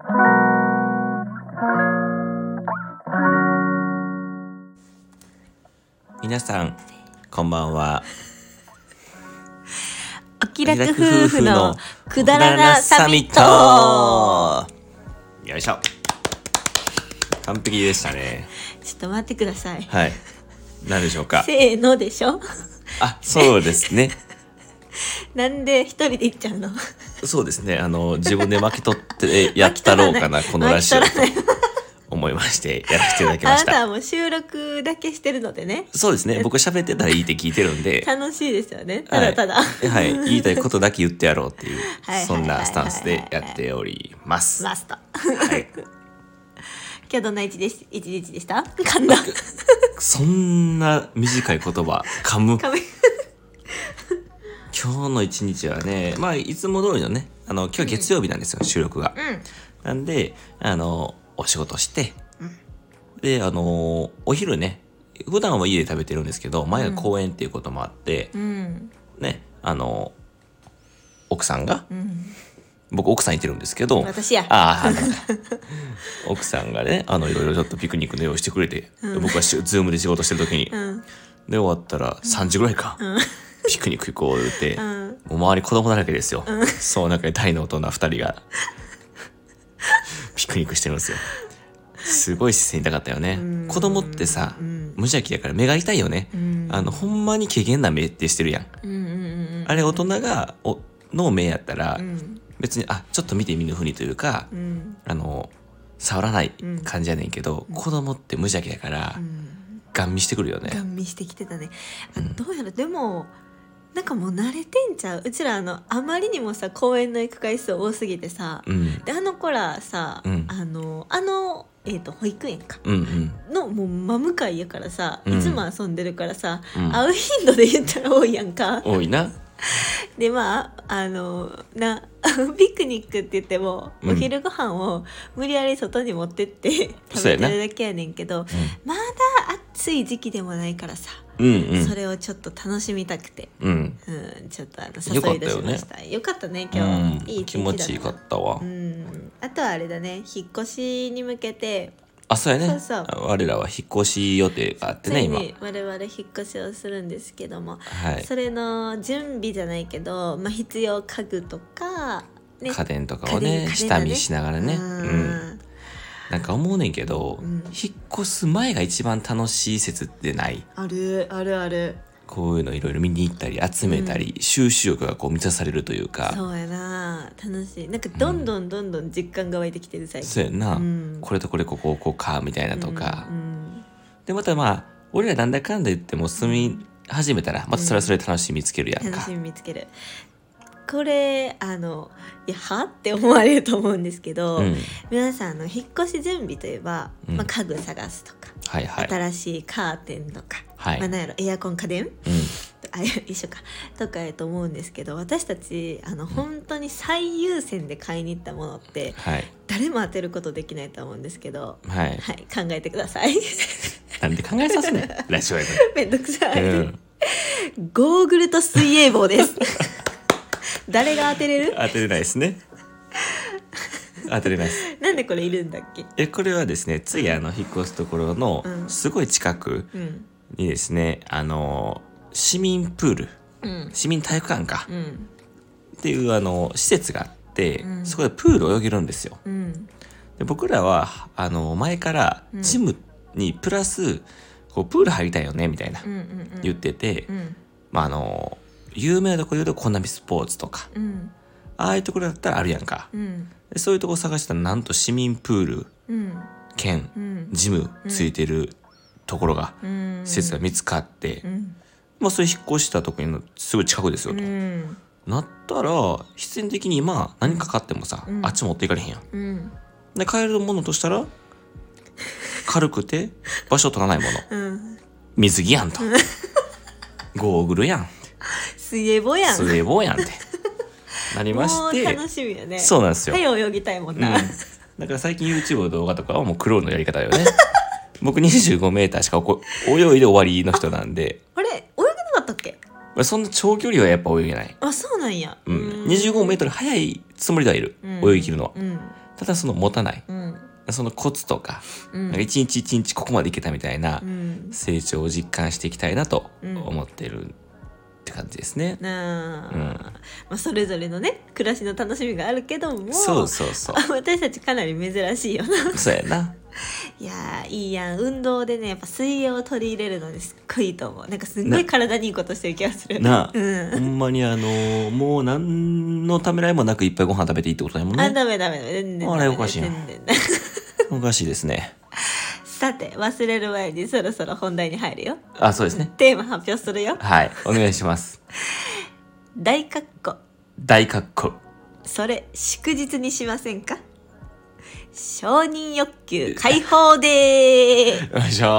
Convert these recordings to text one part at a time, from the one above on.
皆さんこんばんは。 お気楽夫婦のくだらなサミット。 よいしょ。完璧でしたね。 ちょっと待ってください。 はい。何でしょうか。 せーのでしょ。 あ、そうですね。 なんで一人で行っちゃうの。 そうですね。自分で巻き取ってやったろうかなこのラジオと思いましてやらせていただきました。 あなたはもう収録だけしてるのでね。 そうですね。僕喋ってたらいいって聞いてるんで楽しいですよね。ただただ、 はい、言いたいことだけ言ってやろうっていうはいそんなスタンスでやっております。 マスト。 はい。 今日どんな一日でした？噛んだ。 そんな短い言葉噛む。今日の一日はね、まあいつも通りのね、今日月曜日なんですよ、収録が。なんでお仕事して、でお昼ね、普段は家で食べてるんですけど、前が公園っていうこともあって、ね、奥さんが、僕奥さんいてるんですけど、 私や。 奥さんがね、いろいろちょっとピクニックの用意してくれて、僕はズームで仕事してる時に、で終わったら3時ぐらいか、ピクニック行こう言って、もう周り子供だらけですよ。そう、なんか大の大人2人がピクニックしてるんですよ。すごい視線痛かったよね。子供ってさ、無邪気だから目が痛いよね。ほんまに怪げな目ってしてるやん。あれ大人がの目やったら、別にちょっと見て見ぬふりというか、触らない感じやねんけど、子供って無邪気だから、ガン見してくるよね。 ガン見してきてたね。どうやらでもなんかもう慣れてんちゃう。うちらあまりにもさ公園の行く回数多すぎてさ、で子らさ、保育園か、のもう真向かいやからさ、いつも遊んでるからさ、会う頻度で言ったら多いやんか。 多いな。 でピクニックって言っても、お昼ご飯を無理やり外に持ってって食べてるだけやねんけど、まだ暑い時期でもないからさ、それをちょっと楽しみたくて、ちょっと誘い出しました。よかったね今日、いい気持ちいいかったわ。 あとはあれだね、引っ越しに向けて。 そうやね。我らは引っ越し予定があってね、今我々引っ越しをするんですけども、それの準備じゃないけど、必要家具とか、 家電とかをね下見しながらね、なんか思うねんけど、引っ越す前が一番楽しい説ってない？ ある。 こういうのいろいろ見に行ったり集めたり、収集欲がこう満たされるというか。 そうやな、楽しい。なんかどんどん実感が湧いてきてる最近。 そうやな、これとこれここかみたいなとか、でまた俺らなんだかんだ言っても住み始めたらまたそれはそれ楽しみ見つけるやんか。 楽しみ見つける。これいやはって思われると思うんですけど、皆さん引っ越し準備といえば、家具探すとか、新しいカーテンとか、なんやろ、エアコン家電、一緒かとかやと思うんですけど、私たち本当に最優先で買いに行ったものって、誰も当てることできないと思うんですけど、考えてください。 なんで考えさせないラジオやからめんどくさい、ゴーグルと水泳帽です。誰が当てれる？ 当てれないですね。当てれないです。 なんでこれいるんだっけ？ これはですね、次引っ越すところのすごい近くにですね、市民プール、市民体育館か、っていう施設があって、そこでプールを泳げるんですよ。で僕らは前からジムにプラスこうプール入りたいよねみたいな言ってて、有名なところで言うとコナミスポーツとか、ああいうところだったらあるやんか、でそういうとこ探したらなんと市民プール兼ジムついてるところが、施設が見つかって、それ引っ越したところにすぐ近くですよと、なったら必然的に何かかってもさ、あっち持っていかれへんやん、で買えるものとしたら軽くて場所取らないもの、水着やんと、ゴーグルやん、 水泳帽やんってなりまして、 もう楽しみやね。 そうなんですよ。 早泳ぎたいもんな、 だから最近 YouTube の動画とかはもうクロールのやり方よね。僕25メーターしか泳いで終わりの人なんで。 あれ泳げなかったっけ？ そんな長距離はやっぱ泳げない。 そうなんや。 25メートル速いつもりではいる、泳ぎ切るのは。 ただその持たない、そのコツとか、なんか一日一日ここまでいけたみたいな成長を実感していきたいなと思ってるって感じですね。 まあ、それぞれのね暮らしの楽しみがあるけども、 そう私たちかなり珍しいよな。 そうやな。 いやいいやん。運動でねやっぱ水泳を取り入れるのですっごいいいと思う。なんかすんごい体にいいことしてる気がするな、ほんまにもう何のためらいもなくいっぱいご飯食べていいってことだもんね。 ダメ全然あれおかしいな。おかしいですね。 さて忘れる前にそろそろ本題に入るよ。 そうですね。 テーマ発表するよ。 はい、お願いします。 大括弧それ祝日にしませんか。承認欲求解放でー。 よいしょ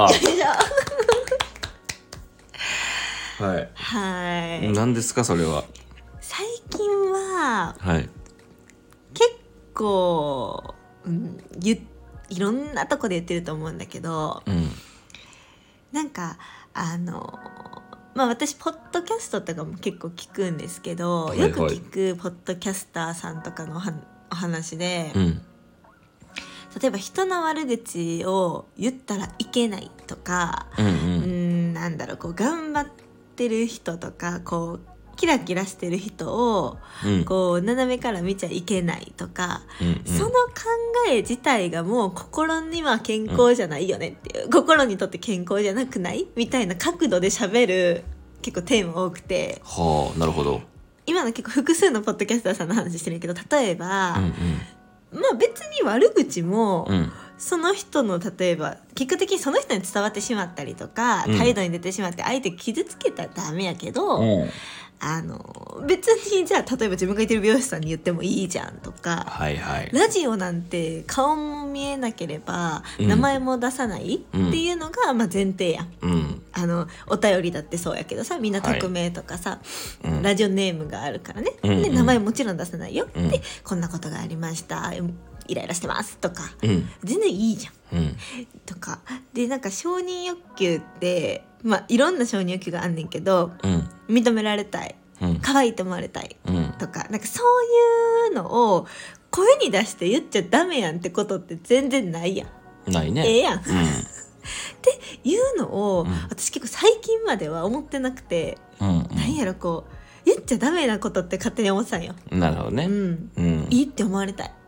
はい。 何ですかそれは。 最近は、 はい、 結構、いろんなとこで言ってると思うんだけど、なんかまあ私ポッドキャストとかも結構聞くんですけど、よく聞くポッドキャスターさんとかのお話で、例えば人の悪口を言ったらいけないとか、なんだろう、こう頑張ってる人とかこうキラキラしてる人をこう斜めから見ちゃいけないとか、その考え自体がもう心には健康じゃないよねっていう、心にとって健康じゃなくないみたいな角度で喋る結構テーマ多くて、 なるほど。 今の結構複数のポッドキャスターさんの話してるけど、例えば、まあ別に悪口も、その人の例えば結果的にその人に伝わってしまったりとか、態度に出てしまって相手傷つけたらダメやけど、別にじゃあ例えば自分がいてる美容師さんに言ってもいいじゃんとか、ラジオなんて顔も見えなければ名前も出さないっていうのがまあ前提やん、お便りだってそうやけどさ、みんな匿名とかさ、ラジオネームがあるからね、で名前もちろん出さないよ、でこんなことがありましたイライラしてますとか、全然いいじゃん、とかで、なんか承認欲求ってまあいろんな承認欲求があんねんけど、認められたい、可愛いと思われたい、とか、なんかそういうのを声に出して言っちゃダメやんってことって全然ないやん。 ないね。 やん、っていうのを、私結構最近までは思ってなくて、なんやろ、こう言っちゃダメなことって勝手に思ってたんよ。 なるほどね。 いいって思われたい、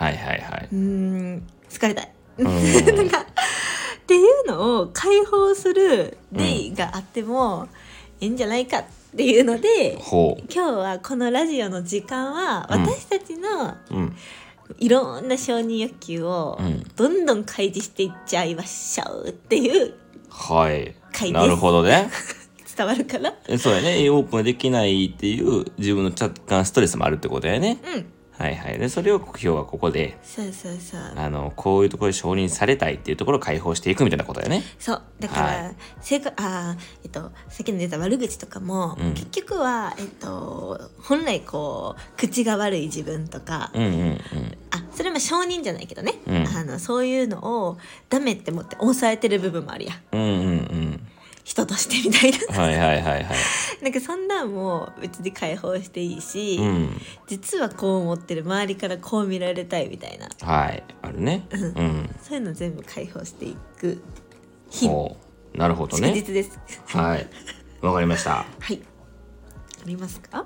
好かれたいっていうのを解放するデイがあってもいいんじゃないかっていうので、今日はこのラジオの時間は私たちのいろんな承認欲求をどんどん開示していっちゃいましょうっていう回です。 なるほどね。 伝わるかな。 そうやね。オープンできないっていう自分の若干ストレスもあるってことやね。でそれを今日はここでこういうところで承認されたいっていうところを解放していくみたいなことだよね。 そうだから、さっきの出た悪口とかも、結局は、本来こう口が悪い自分とか、それも承認じゃないけどね、そういうのをダメって思って抑えてる部分もあるやん、人としてみたいななんかそんなんも別に解放していいし、実はこう思ってる、周りからこう見られたいみたいな、 あるね、 そういうの全部解放していく日、 なるほどね、 祝日です。 わかりました。 ありますか？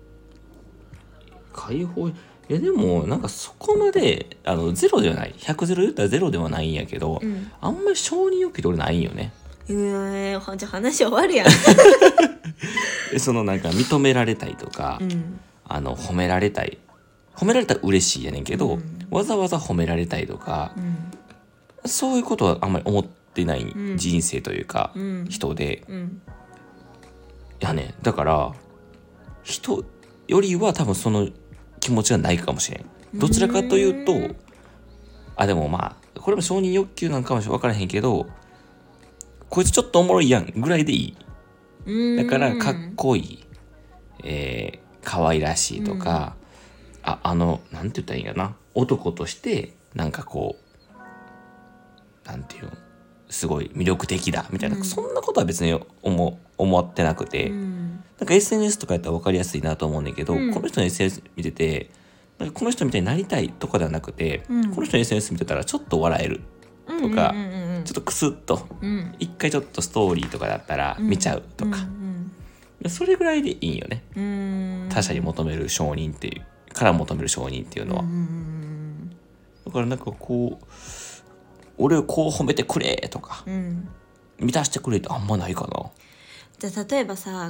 解放、でもなんかそこまでゼロではない、100ゼロ言ったらゼロではないんやけど、あんまり承認欲求って俺ないんよね。 じゃあ話終わるやんそのなんか認められたいとか、褒められたい、褒められたら嬉しいやねんけど、わざわざ褒められたいとか、そういうことはあんまり思ってない人生というか、人で、いやね、だから人よりは多分その気持ちはないかもしれん。どちらかというと、でもまあこれも承認欲求なんかも分からへんけど、こいつちょっとおもろいやんぐらいでいい。だからかっこいい、可愛らしいとか、なんて言ったらいいんやな、男としてなんかこう、なんていうの、すごい魅力的だみたいな、そんなことは別に思ってなくて、なんか SNS とかやったら分かりやすいなと思うんだけど、この人の SNS 見ててなんかこの人みたいになりたいとかではなくて、この人の SNS 見てたらちょっと笑えるとか、ちょっとクスッと、一回ちょっとストーリーとかだったら見ちゃうとか、それぐらいでいいよね。他者に求める承認っていうから求める承認っていうのは、だからなんかこう俺をこう褒めてくれとか、満たしてくれってあんまないかな。 じゃあ例えばさ、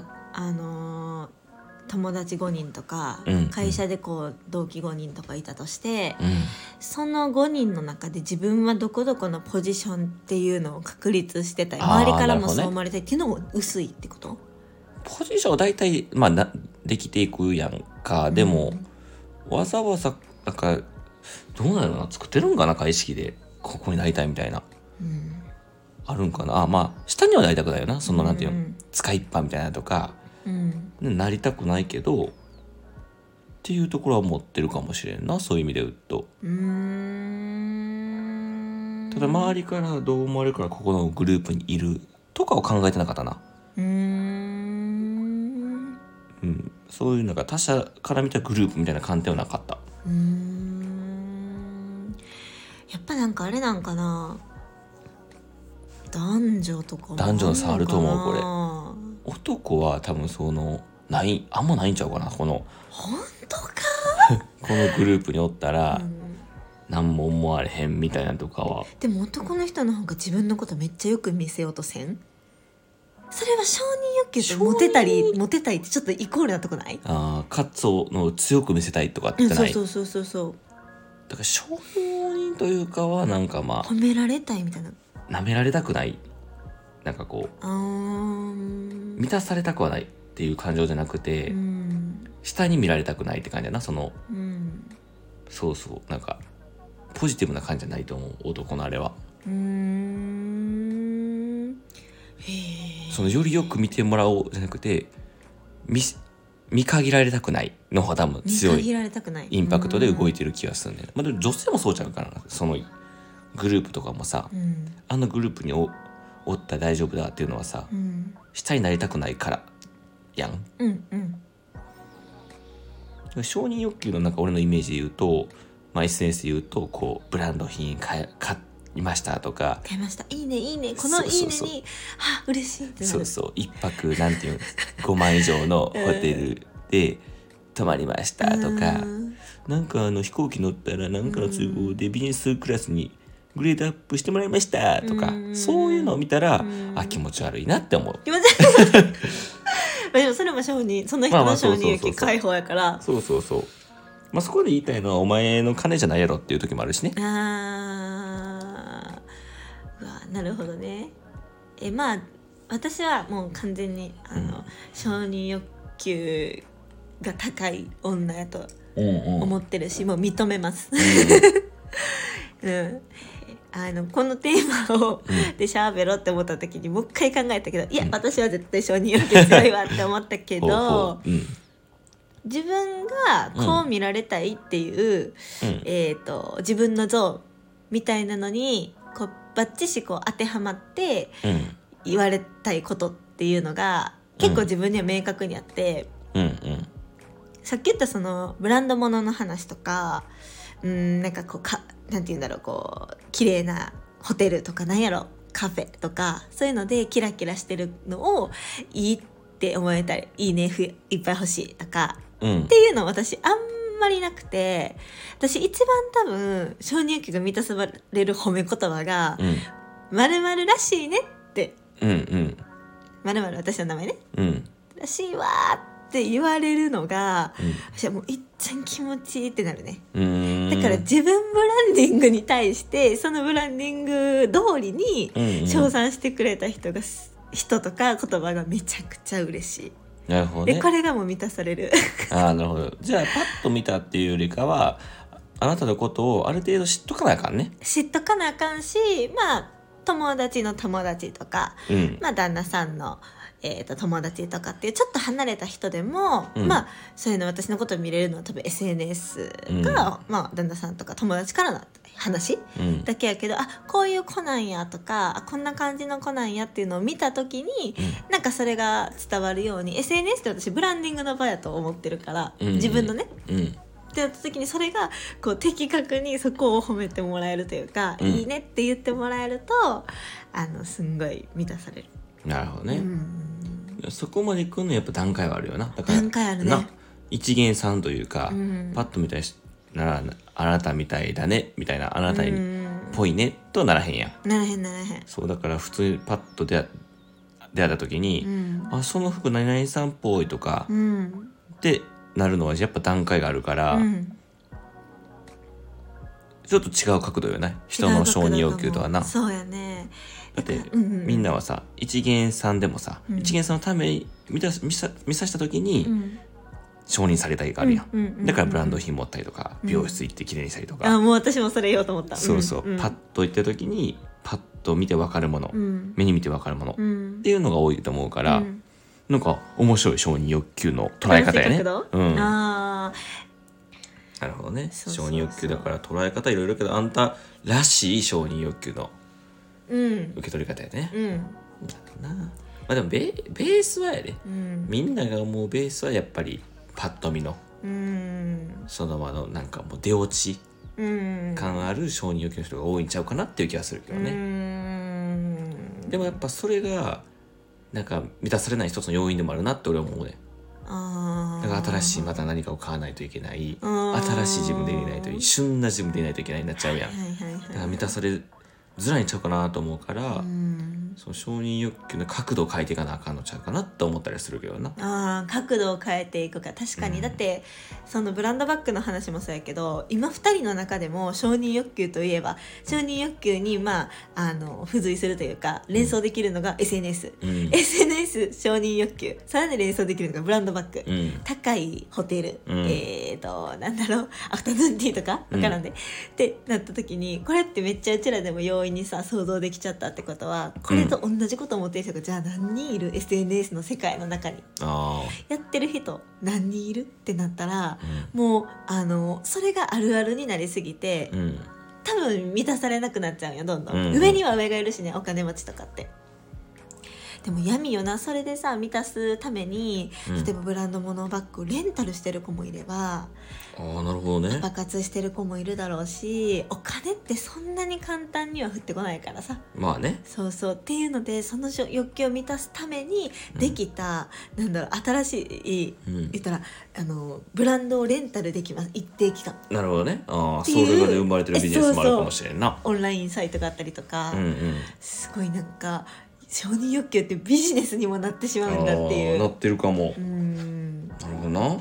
友達5人とか、会社でこう同期5人とかいたとして、その5人の中で自分はどこどこのポジションっていうのを確立してたり、周りからもそう思われたいっていうのも薄いってこと？ ポジションは大体、できていくやんか。でも、わざわざなんかどうなるのな、作ってるんかな、意識でここになりたいみたいな、あるんかな。下にはなりたくないよな。そのなんていうの、使いっぱみたいなとか、なりたくないけどっていうところは持ってるかもしれんな、そういう意味で言うと。ただ周りからどう思われるからここのグループにいるとかを考えてなかったな。そういうなんか他者から見たグループみたいな観点はなかった。 やっぱなんかあれなんかな、男女とかも男女の差あると思う。これ男は多分あんまないんちゃうかな。 本当かこのグループにおったら、何も思われへんみたいなとかは。 でも男の人の方が自分のことめっちゃよく見せようとせん？それは承認欲求とモテたいってちょっとイコールなとこない？ カツオの強く見せたいとかってない？ そう。 だから承認というかはなんか褒められたいみたいな、 舐められたくない、なんかこう満たされたくはないっていう感情じゃなくて、下に見られたくないって感じだな。そうなんかポジティブな感じじゃないと思う、男のあれは。そのよりよく見てもらおうじゃなくて、見限られたくないの方が多分強いインパクトで動いてる気がするんで、でも女性もそうちゃうからな。そのグループとかもさ、あのグループにおったら大丈夫だっていうのはさ、下になりたくないからやん。承認欲求のなんか俺のイメージで言うと、SNS で言うとこうブランド品買いましたとか、 買いました、いいね、このいいねに嬉しいってなる。 一泊なんていうの5万以上のホテルで泊まりましたとか、なんか飛行機乗ったらなんかの都合でビジネスクラスにグレードアップしてもらいましたとか、そういうのを見たら気持ち悪いなって思う。 でもそれも承認、その人の承認欲求解放やから。 そこで言いたいのはお前の金じゃないやろっていう時もあるしね。 なるほどね。私はもう完全に承認欲求が高い女やと思ってるし、もう認めます。このテーマをで喋ろうって思った時にもう一回考えたけど、いや私は絶対承認欲求強いわって思ったけど自分がこう見られたいっていう、自分の像みたいなのにこうバッチシこう当てはまって言われたいことっていうのが結構自分には明確にあって、さっき言ったそのブランド物の話とか、なんかこうなんて言うんだろう、こう綺麗なホテルとかなんやろカフェとかそういうのでキラキラしてるのをいいって思えたり、いいねいっぱい欲しいとか、っていうの私あんまりなくて、私一番多分承認欲求が満たされる褒め言葉が〇〇らしいねって、〇〇私の名前ね、らしいわって言われるのが、私はもういっちゃん気持ちいいってなるね。だから自分ブランディングに対してそのブランディング通りに称賛してくれた人とか言葉がめちゃくちゃ嬉しい。 なるほどね。 これがもう満たされる。 なるほど。じゃあパッと見たっていうよりかはあなたのことをある程度知っとかなあかんね。 知っとかなあかんし、友達の友達とか、旦那さんの友達とかっていうちょっと離れた人でも、そういうの私のことを見れるのは多分 SNS が、旦那さんとか友達からの話、だけやけど、こういう子なんやとかこんな感じの子なんやっていうのを見た時に、なんかそれが伝わるように SNS って私ブランディングの場やと思ってるから、自分のね、 ってなった時にそれがこう的確にそこを褒めてもらえるというか、いいねって言ってもらえるとすんごい満たされる。 なるほどね、そこまで来るのやっぱ段階はあるよな。だから段階あるね。 一元さんというか、パッと見たならあなたみたいだねみたいな、あなたにぽいねとはならへんやん。 ならへん。 そうだから普通にパッと出会った時に、あその服何々さんっぽいとか、ってなるのはやっぱ段階があるから、ちょっと違う角度よね、人の承認要求とはな。 そうやね。 だって、みんなはさ一元さんでもさ、一元さんのために見させた時に、承認されたいがあるやん、だからブランド品持ったりとか、美容室行ってきれいにしたりとか、 もう私もそれ言おうと思った。 そうそう、パッと行った時にパッと見て分かるもの、目に見て分かるもの、っていうのが多いと思うから、なんか面白い承認欲求の捉え方やね。なるほどね。承認欲求だから捉え方いろいろけど、あんたらしい承認欲求の受け取り方やね。まあでもベースはやで、みんなが思うベースはやっぱりパッと見の、その場のなんかもう出落ち感ある承認欲求の人が多いんちゃうかなっていう気がするけどね。でもやっぱそれがなんか満たされない一つの要因でもあるなって俺は思うね。だから新しいまた何かを買わないといけない、新しい自分でいないといい、旬な自分でいないといけないになっちゃうやん。だから満たされづらいんちゃうかなと思うから、その承認欲求の角度を変えていかなあかんのちゃうかなって思ったりするけどな。 角度を変えていくか、確かに、だってそのブランドバッグの話もそうやけど、今2人の中でも承認欲求といえば承認欲求に付随するというか連想できるのが SNS、承認欲求、さらに連想できるのがブランドバッグ、高いホテル、なんだろう、アフタヌーンティーとか分からんで、ってなった時にこれってめっちゃうちらでも容易にさ想像できちゃったってことは、これと同じことを思ってる人がじゃあ何人いる、 SNS の世界の中にやってる人何人いるってなったら、もうそれがあるあるになりすぎて、多分満たされなくなっちゃうんよ、どんどん、上には上がいるしね、お金持ちとかって。でも闇よな、それでさ満たすために、例えばブランド物バッグをレンタルしてる子もいれば、 なるほどね、 パパ活してる子もいるだろうし、お金ってそんなに簡単には降ってこないからさ、 まあね、 そうそうっていうので、その欲求を満たすためにできた、なんだろう、新しい、言ったらブランドをレンタルできます、一定期間。 なるほどね。それがで生まれてるビジネスもあるかもしれんな。 オンラインサイトがあったりとか、すごいなんか承認欲求ってビジネスにもなってしまうんだっていう。 なってるかも。なるほどな。そう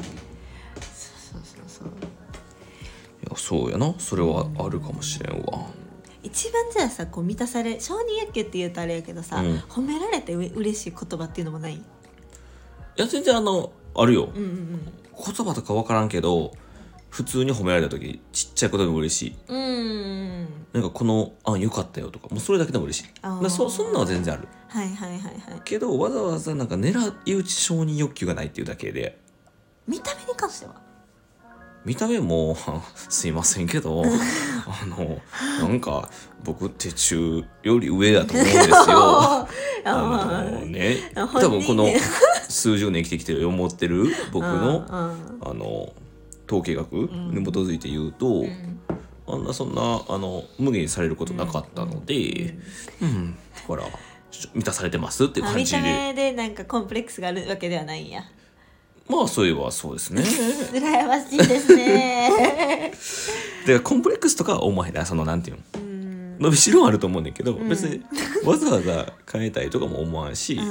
いや、そうやな、それはあるかもしれんわ。 一番じゃあさ、こう満たされ、承認欲求って言うとあれやけどさ、褒められて嬉しい言葉っていうのもない？いや全然あるよ、言葉とか分からんけど、普通に褒められた時ちっちゃいことでも嬉しい。なんかこの良かったよとか、もうそれだけでも嬉しい。そんなのは全然ある。けどわざわざなんか狙い撃ち承認欲求がないっていうだけで。 見た目に関しては、 見た目もすいませんけどなんか僕手中より上だと思うんですよ多分この数十年生きてきて思ってる僕の統計学に基づいて言うと、そんな無限にされることなかったので、だから満たされてますっていう感じで。 見た目でなんかコンプレックスがあるわけではないんや。 まあそういえばそうですね羨ましいですねだからコンプレックスとかは思わへんな、そのなんていうの、伸びしろはあると思うんだけど、別にわざわざ変えたいとかも思わんし、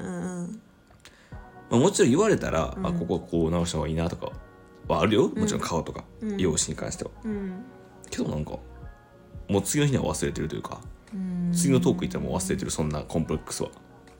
もちろん言われたら、こここう直した方がいいなとかはあるよ、もちろん顔とか、容姿に関しては、けどなんかもう次の日には忘れてるというか、次のトーク行ったらもう忘れてる、そんなコンプレックスは。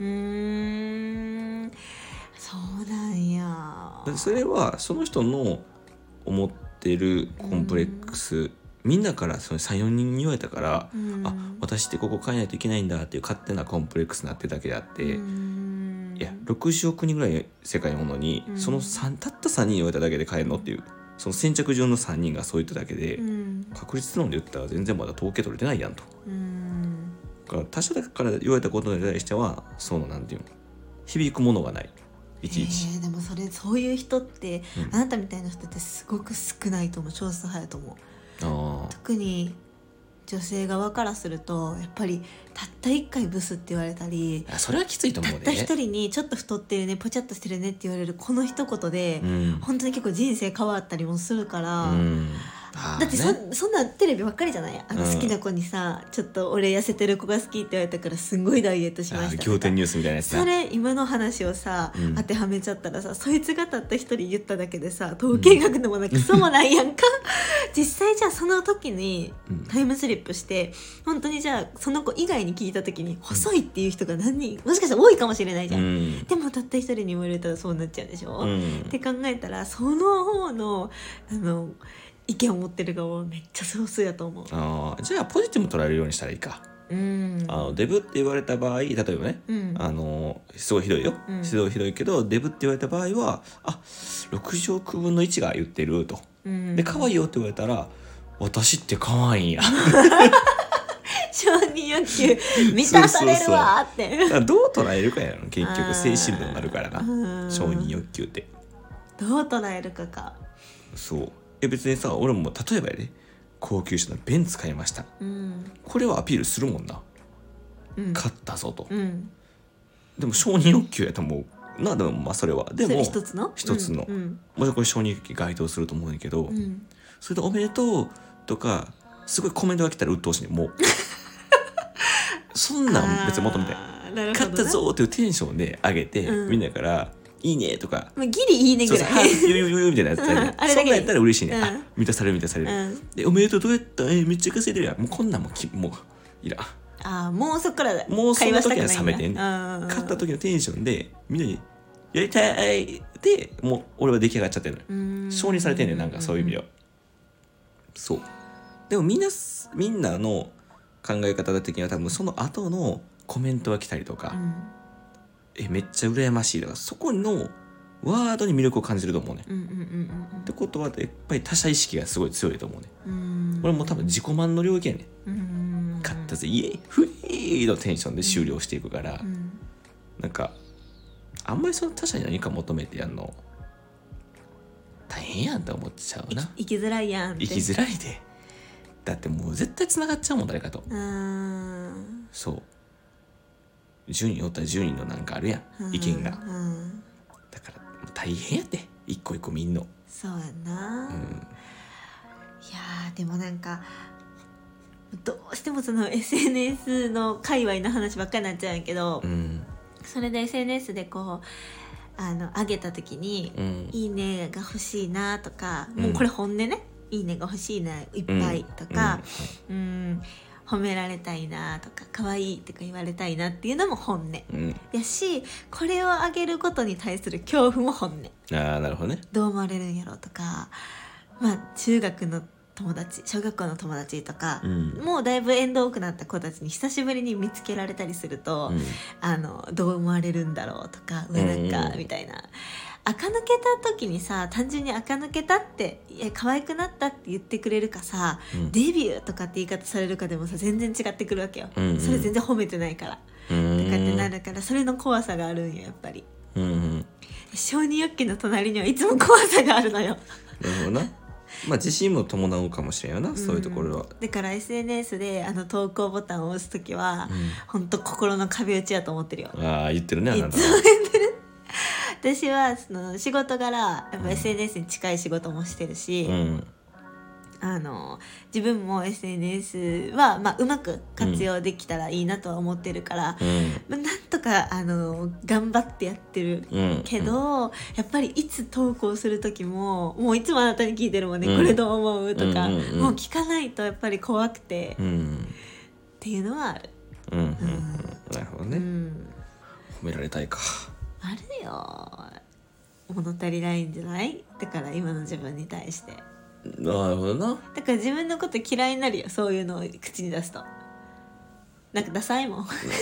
そうなんや。 それはその人の思ってるコンプレックス、みんなからその 3,4 人に言われたから、私ってここ変えないといけないんだっていう勝手なコンプレックスになってるだけであって、いや60億人ぐらい世界におるのに、そのたった3人言われただけで変えるのっていう、その先着順の3人がそう言っただけで、確率論で言ったら全然まだ統計取れてないやんと。だから他者から言われたことに対しては、そのなんていうの、響くものがない。いちいち。 でもそういう人って、あなたみたいな人ってすごく少ないと思う。少数派やと思う。特に女性側からするとやっぱりたった1回ブスって言われたり、 それはきついと思うね。 たった一人にちょっと太ってるね、ポチャっとしてるねって言われるこの一言で、本当に結構人生変わったりもするから、だってそんなテレビばっかりじゃない。好きな子にさ、ちょっと俺痩せてる子が好きって言われたからすんごいダイエットしました。 仰天ニュースみたいなやつだ。 それ今の話をさ、当てはめちゃったらさ、そいつがたった一人言っただけでさ、統計学でもなくそうもないやんか実際じゃあその時にタイムスリップして、本当にじゃあその子以外に聞いた時に細いっていう人が何人もしかしたら多いかもしれないじゃん、でもたった一人に言われたらそうなっちゃうでしょ、って考えたらその方の意見を持ってる側はめっちゃ少数やと思う。 じゃあポジティブに捉えるようにしたらいいか。デブって言われた場合、例えばね、すごいひどいよ、すごいひどいけどデブって言われた場合は60億分の1が言ってると、で可愛いよって言われたら私って可愛いんや承認欲求満たされるわってどう捉えるかやろ。結局精神論になるからな、承認欲求ってどう捉えるか。 そう別にさ、俺も例えばやで高級車のベンツ買いました、これはアピールするもんな、買ったぞと、でも承認欲求やと思うな。でもまあそれはでも一つの、もちろんこれ承認欲求該当すると思うんだけど、それでおめでとうとかすごいコメントが来たら鬱陶しいね。もうそんなん別に求めてない、買ったぞっていうテンションで上げて、みんなからいいねとか、 ギリいいねぐらい、 みたいなやつやねあれだけそんなんやったら嬉しいね、満たされる、でおめでとうどうやっためっちゃ稼いでるやん、もうこんなんもういらん。 もうそっからもうその時は冷めてんねん。買った時のテンションでみんなにやりたいでもう俺は出来上がっちゃってるの、承認されてんねん。なんかそういう意味では、そうでもみんなの考え方的には多分その後のコメントが来たりとか、めっちゃ羨ましいとか、そこのワードに魅力を感じると思うね、ってことはやっぱり他者意識がすごい強いと思うね。俺も多分自己満の領域やね、買ったぜイエイフリーのテンションで終了していくから、なんかあんまりその他者に何か求めてやんの大変やんって思っちゃうな。 生きづらいやんって。 生きづらいで、だってもう絶対つながっちゃうもん誰かと。そう10人おったら10人のなんかあるやん、意見が、だから大変やって一個一個みんな。 そうやな、いやでもなんかどうしてもその SNS の界隈の話ばっかりになっちゃうんやけど、それで SNS でこう上げた時に、いいねが欲しいなとか、もうこれ本音ね、いいねが欲しいないっぱいとか、褒められたいなとか可愛いとか言われたいなっていうのも本音、やし、これをあげることに対する恐怖も本音。 なるほどね。 どう思われるんやろとか、中学の友達、小学校の友達とか、もうだいぶ縁遠くなった子たちに久しぶりに見つけられたりすると、どう思われるんだろうとか、なんかみたいな。垢抜けた時にさ、単純に垢抜けたって可愛くなったって言ってくれるかさ、デビューとかって言い方されるかでもさ全然違ってくるわけよ、それ全然褒めてないからとかってなるから、それの怖さがあるんよやっぱり、承認欲求の隣にはいつも怖さがあるのよ。 なるほどな。自信も伴うかもしれんよな、そういうところは。 だから SNS で投稿ボタンを押すときは、ほんと心の壁打ちやと思ってるよ。 言ってるね、あなた。 いつも言ってる。私はその仕事柄やっぱ SNS に近い仕事もしてるし、自分も SNS はうまく活用できたらいいなとは思ってるから、なんとか頑張ってやってるけど、やっぱりいつ投稿する時ももういつもあなたに聞いてるもんね、これどう思うとか、もう聞かないとやっぱり怖くて、っていうのはある。 なるほどね、褒められたいか。 あるよ、物足りないんじゃない？だから今の自分に対して。 なるほどな。 だから自分のこと嫌いになるよ、そういうのを口に出すと。なんかダサいもん。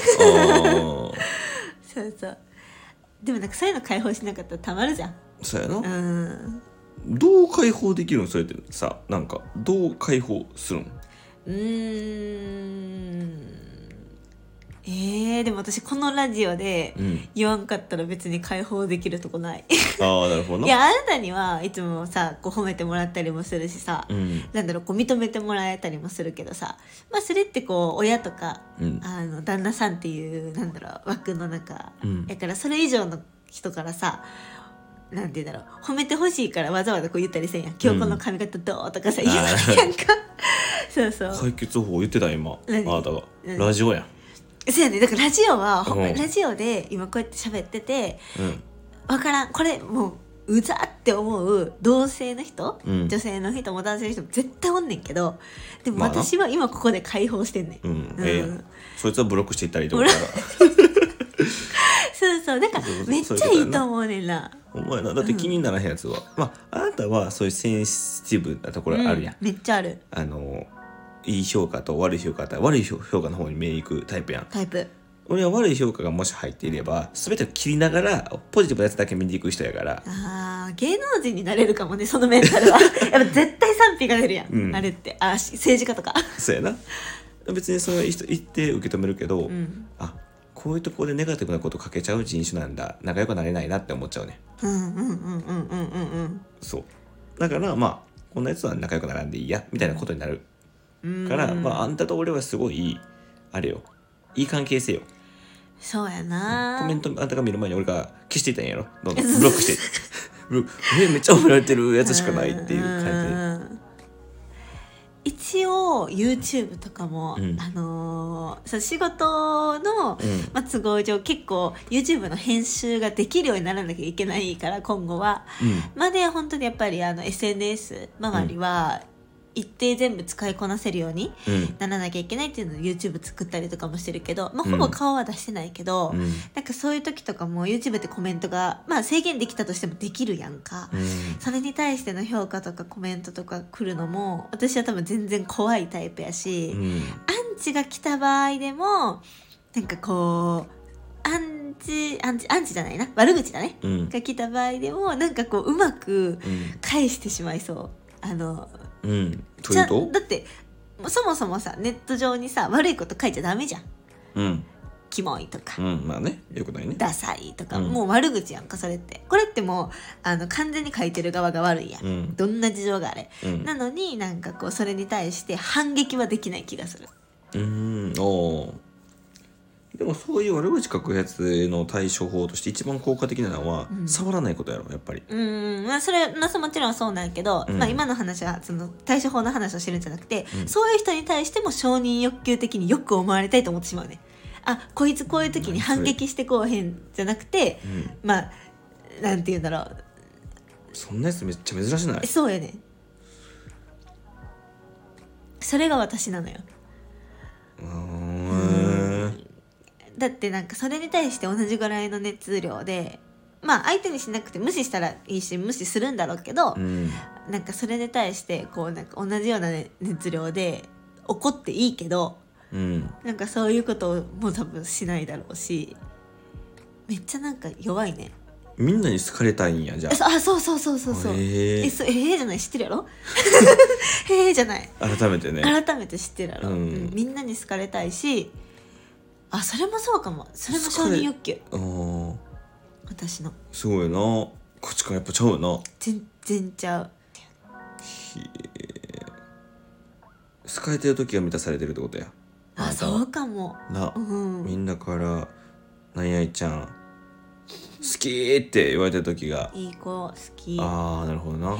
そうそう。でもなんかそういうの解放しなかったらたまるじゃん。 そうやな。どう解放できるの？それってさ、なんかどう解放するの？ でも私このラジオで言わんかったら別に解放できるとこない、 ああなるほどな。 いやあなたにはいつもさこう褒めてもらったりもするしさ、なんだろうこう認めてもらえたりもするけどさ、まあそれってこう親とか、旦那さんっていうなんだろう枠の中、だからそれ以上の人からさなんて言うんだろう褒めてほしいからわざわざこう言ったりせんやん、今日この髪型どうとかさ言わないやんかそうそう解決方法言ってた今あなたが、ラジオやん。 そうやね、だからラジオはほんまラジオで今こうやって喋ってて、わからんこれもううざって思う同性の人、女性の人も男性の人も絶対おんねんけど、でも私は今ここで解放してんねん、 そいつはブロックしていったりとかそうそうだからめっちゃいいと思うねんな。 お前なだって気にならへんやつは、あなたはそういうセンシティブなところあるやん、 めっちゃある。 いい評価と悪い評価と悪い評価の方に目いくタイプやん。 タイプ。 俺は悪い評価がもし入っていれば全てを切りながらポジティブなやつだけ見に行く人やから。 芸能人になれるかもねそのメンタルはやっぱ絶対賛否が出るやん、あれって政治家とかそうやな。別にそういう人言って受け止めるけど、こういうところでネガティブなことかけちゃう人種なんだ、仲良くなれないなって思っちゃうね。そうだからこんなやつは仲良くならんでいいやみたいなことになるから、あんたと俺はすごいあれよ、いい関係性よ。 そうやな。 コメントあんたが見る前に俺が消していたんやろ、どんどんブロックしてめっちゃ褒められてるやつしかないっていう感じで。 一応 YouTube とかも、そう仕事の、都合上結構 YouTube の編集ができるようにならなきゃいけないから今後は、で本当にやっぱりSNS 周りは、一定全部使いこなせるようにならなきゃいけないっていうのを YouTube 作ったりとかもしてるけど、ほぼ顔は出してないけど、なんかそういう時とかも YouTube ってコメントが、制限できたとしてもできるやんか、それに対しての評価とかコメントとか来るのも私は多分全然怖いタイプやし、アンチが来た場合でもなんかこうアンチじゃないな悪口だね、が来た場合でもなんかこううまく返してしまいそう。だってそもそもさネット上にさ悪いこと書いちゃダメじゃん、キモいとか、 よくないね、 ダサいとか、もう悪口やんかそれって。これってもう完全に書いてる側が悪いやん、どんな事情があれ、なのになんかこうそれに対して反撃はできない気がする。 でもそういう悪口書くやつの対処法として一番効果的なのは、触らないことやろやっぱり。 それもちろんそうなんやけど、今の話はその対処法の話をしてるんじゃなくて、そういう人に対しても承認欲求的によく思われたいと思ってしまうね。こいつこういう時に反撃してこうへんじゃなくて、なんて言うんだろう、 そんなやつめっちゃ珍しない？ そうやね。それが私なのよ。だってなんかそれに対して同じぐらいの熱量で相手にしなくて無視したらいいし無視するんだろうけど、なんかそれに対してこうなんか同じような、熱量で怒っていいけど、なんかそういうことも多分しないだろうし、めっちゃなんか弱いね。 みんなに好かれたいんやじゃあ。そうじゃない、知ってるやろじゃない改めて知ってるやろ、みんなに好かれたいし、それもそうかも。それも承認欲求。私のすごいな。こっちからやっぱちゃうよな。 全然ちゃう。 好かれてる時が満たされてるってことや。 そうかもな、みんなからなんやいちゃん好きって言われてる時がいい子好き。 なるほどな。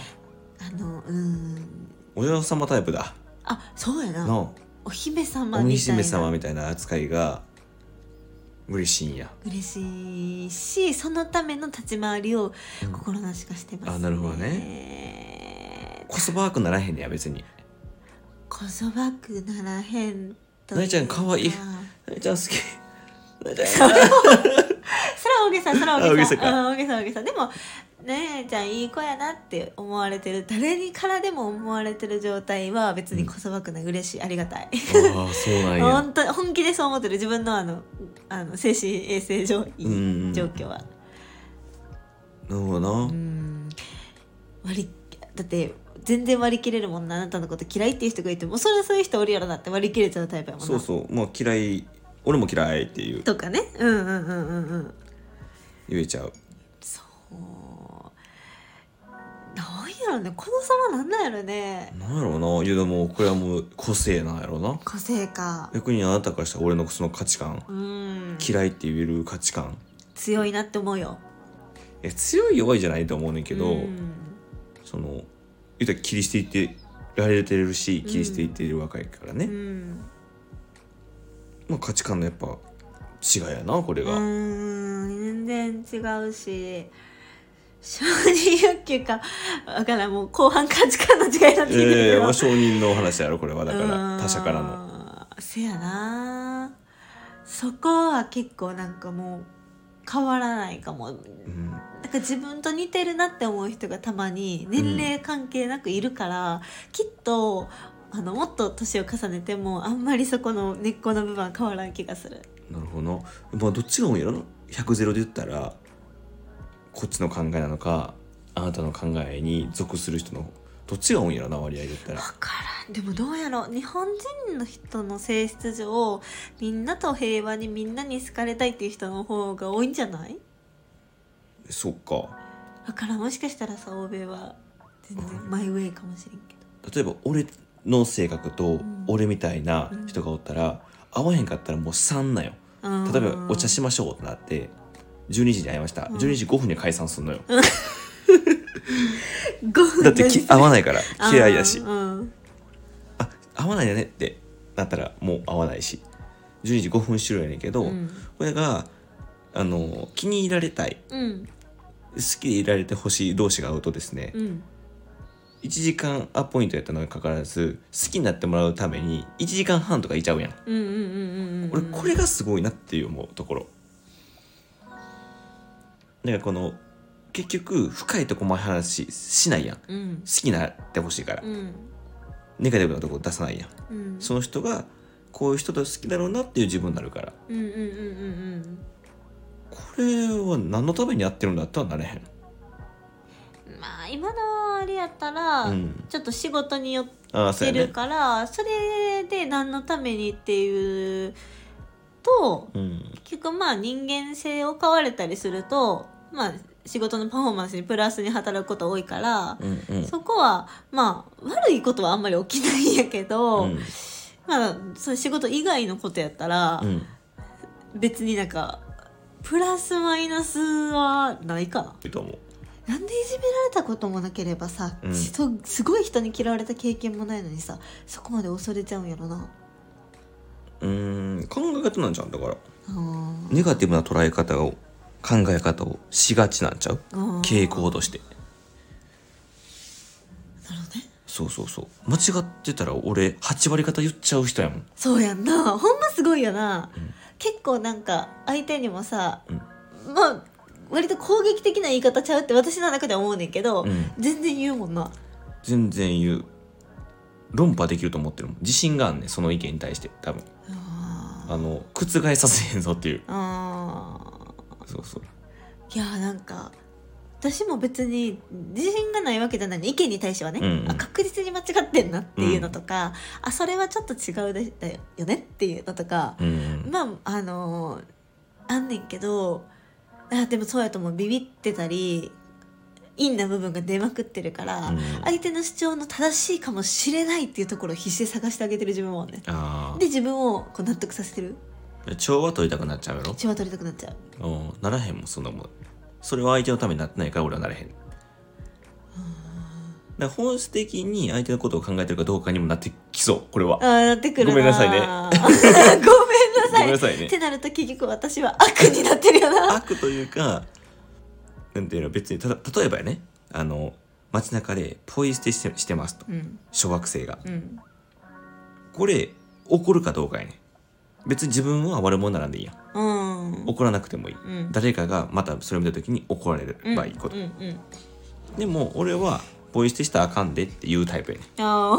お嬢様タイプだ。 そうやな。お姫様みたいな扱いが嬉しいんや。 嬉しいし、そのための立ち回りを心なしかしてますね。 なるほどね。こそばくならへんねや別に。 こそばくならへんと。 なえちゃん可愛い。なえちゃん好き。なえちゃん。 それは大げさ。大げさ。でもねえちゃんいい子やなって思われてる、誰にからでも思われてる状態は別にこそばくない、嬉しい、ありがたい。 そうなんや。 本気でそう思ってる。自分の精神衛生上いい状況は。 なるほどな。 だって全然割り切れるもんな。あなたのこと嫌いっていう人がいてもそれはそういう人おるやろなって割り切れちゃうタイプやもんな。 そう嫌い俺も嫌いっていうとかね、 言えちゃう。 そうなんやろね、この差はなんなんやろね。 なんやろうな。いやでもこれはもう個性なんやろうな。 個性か。 逆にあなたからしたら俺のその価値観、嫌いって言える価値観強いなって思うよ。 強い弱いじゃないと思うねんけど、その言ったら切り捨ていってられてるし、切り捨ていっている若いからね、まあ、価値観のやっぱ違いやなこれが。 全然違うし、承認欲求かだからもう後半価値観の違いになってきてるけど、 まあ、承認の話やろこれは。だから他者からのせやな。そこは結構なんかもう変わらないかも、なんか自分と似てるなって思う人がたまに年齢関係なくいるから、きっともっと年を重ねてもあんまりそこの根っこの部分は変わらん気がする。 なるほど、まあ、どっちが多いやろ。100ゼロで言ったらこっちの考えなのかあなたの考えに属する人のどっちが多いんやろな、割合で言ったら。 分からん。でもどうやろ、日本人の人の性質上みんなと平和にみんなに好かれたいっていう人の方が多いんじゃない？ そっか。 だからもしかしたらさ、欧米は全然マイウェイかもしれんけど、例えば俺の性格と俺みたいな人がおったら、会わへんかったらもう3なよ。例えばお茶しましょうってなって12時に会いました、12時5分に解散すんのよだって会わないから嫌いやし、会わないよねってなったらもう会わないし、12時5分終了やねんけど、これが気に入られたい、好きでいられてほしい同士が会うとですね、1時間アポイントやったのにかかわらず好きになってもらうために1時間半とかいちゃうやん。俺これがすごいなっていう思うところ。だからこの結局深いとこも話しないやん、好きになってほしいから、ネガティブなとこ出さないやん、その人がこういう人と好きだろうなっていう自分になるから、これは何のためにやってるんだとはなれへん。 まあ今のあれやったら、ちょっと仕事によってるから、それで何のためにっていうと、結局まあ人間性を買われたりすると、まあ仕事のパフォーマンスにプラスに働くこと多いから、そこはまあ悪いことはあんまり起きないんやけど、まあその仕事以外のことやったら、別になんかプラスマイナスはないかな。 いいと思う。 なんでいじめられたこともなければさ、すごい人に嫌われた経験もないのにさ、そこまで恐れちゃうんやろな。 考え方なんちゃう。だからネガティブな捉え方を考え方をしがちなんちゃう、傾向として。 なるほどね。 そう間違ってたら俺8割方言っちゃう人やもん。 そうやんな、ほんますごいよな、結構なんか相手にもさ、まあ割と攻撃的な言い方ちゃうって私の中では思うねんけど、全然言うもんな。全然言う。論破できると思ってるもん。自信があんねん、その意見に対して。多分覆させへんぞっていう。そういやなんか私も別に自信がないわけじゃないの、意見に対してはね、確実に間違ってんなっていうのとか、それはちょっと違うだよねっていうのとか、まああんねんけど、でもそうやと思う。ビビってたり陰な部分が出まくってるから、相手の主張の正しいかもしれないっていうところを必死で探してあげてる自分もね。で自分をこう納得させてる。 調和取りたくなっちゃうやろ。 調和取りたくなっちゃう。ならへんもんそんなもん。それは相手のためになってないから俺はなれへん。だから本質的に相手のことを考えてるかどうかにもなってきそう。これはなってくるな。 ごめんなさいねごめんなさいねってなると結局私は悪になってるよな。 悪というかなんていうの、別に例えばね、街中でポイ捨てしてますと、小学生が、これ怒るかどうかやね。別に自分は悪者なんでいいやん、怒らなくてもいい、誰かがまたそれを見た時に怒られればいいこと、でも俺はポイ捨てしたらあかんでっていうタイプやね。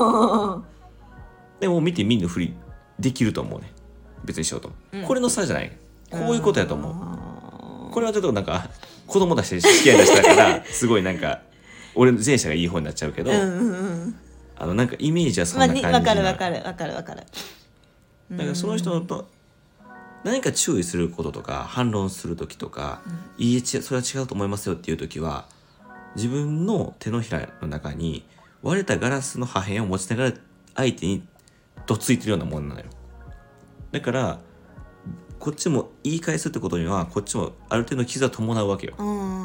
でも見て見ぬふりできると思うね、別にしようと思う、これの差じゃない。こういうことやと思う。これはちょっとなんか子供出して付き合い出したからすごいなんか俺の前者がいい方になっちゃうけど、なんかイメージはそんな感じな。 わかる。 だからその人と何か注意することとか反論する時とか、いいえそれは違うと思いますよっていう時は、自分の手のひらの中に割れたガラスの破片を持ちながら相手にどついてるようなもんなのよ。だからこっちも言い返すってことにはこっちもある程度の傷は伴うわけよ。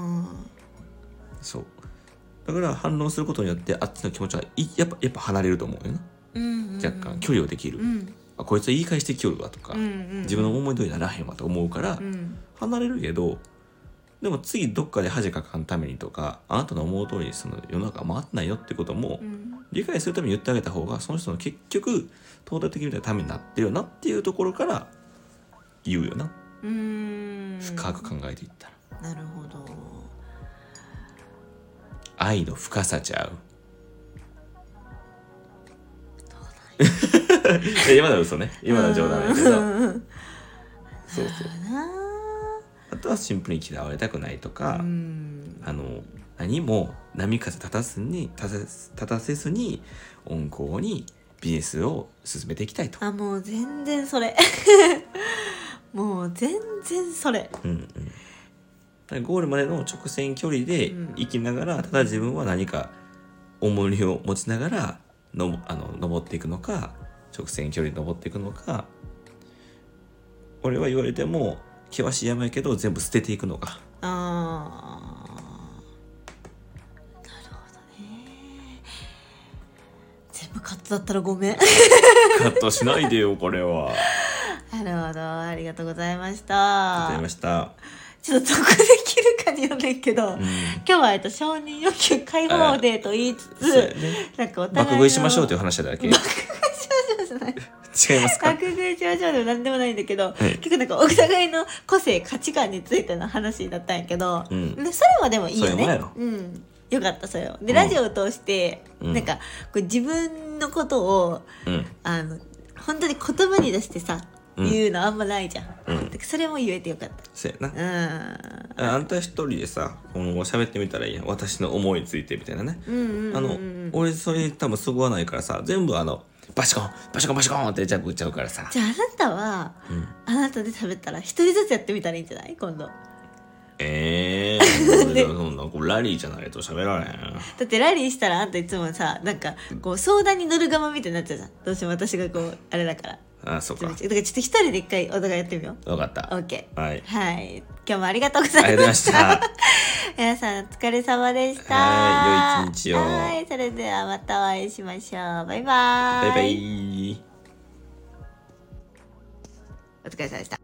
そうだから反論することによってあっちの気持ちはやっぱ離れると思うよな、若干距離をできる、あこいつは言い返してきよるわとか、自分の思い通りにならへんわと思うから、離れるけど、でも次どっかで恥かかんためにとか、あなたの思う通りにその世の中回ってないよってことも理解するために言ってあげた方が、その人の結局トータル的に見たらためになってるよなっていうところから言うよな。深く考えていったら。なるほど。 愛の深さちゃう。今のは嘘ね、今のは冗談だけどそうあとはシンプルに嫌われたくないとか、何も波風立たせずに温厚にビジネスを進めていきたいと。 もう全然それもう全然それ、 ゴールまでの直線距離で行きながら、ただ自分は何か重荷を持ちながら登っていくのか、直線距離で登っていくのか、俺は言われても険しい山やけど全部捨てていくのか。 なるほどね。全部カットだったらごめんカットしないでよこれは。 なるほど、ありがとうございました。 ありがとうございました。 ちょっと得できるかによねんけど、今日は承認欲求解放デーと言いつつ、なんかお互いの爆食いしましょうという話だけ。 爆食いしましょうじゃない。 違いますか。 爆食いしましょうでもなんでもないんだけど、結局なんかお互いの個性価値観についての話だったんやけど、それはでもいいよね。よかったそれを。でラジオを通して、なんかこう自分のことを、本当に言葉に出してさ。言うのあんまないじゃん、それも言えてよかった。 そうやな、あんた一人でさ喋ってみたらいいやん、私の思いについてみたいなね。俺それ多分そぐわないからさ、全部バシコンバシコンバシコンってジャブ打っちゃうからさ。 じゃああなたは、あなたで喋ったら一人ずつやってみたらいいんじゃない今度。 そんなラリーじゃないと喋られへん。 だってラリーしたらあんたいつもさ、なんかこう相談に乗る側みたいになっちゃうじゃん。どうしても私がこうあれだから。 そうか。 だからちょっと一人で一回お互いやってみよう。 分かった。 OK。 はい。 今日もありがとうございました。 ありがとうございました。 皆さんお疲れ様でした。 良い一日を。 それではまたお会いしましょう。バイバイ。 バイバイ。 お疲れ様でした。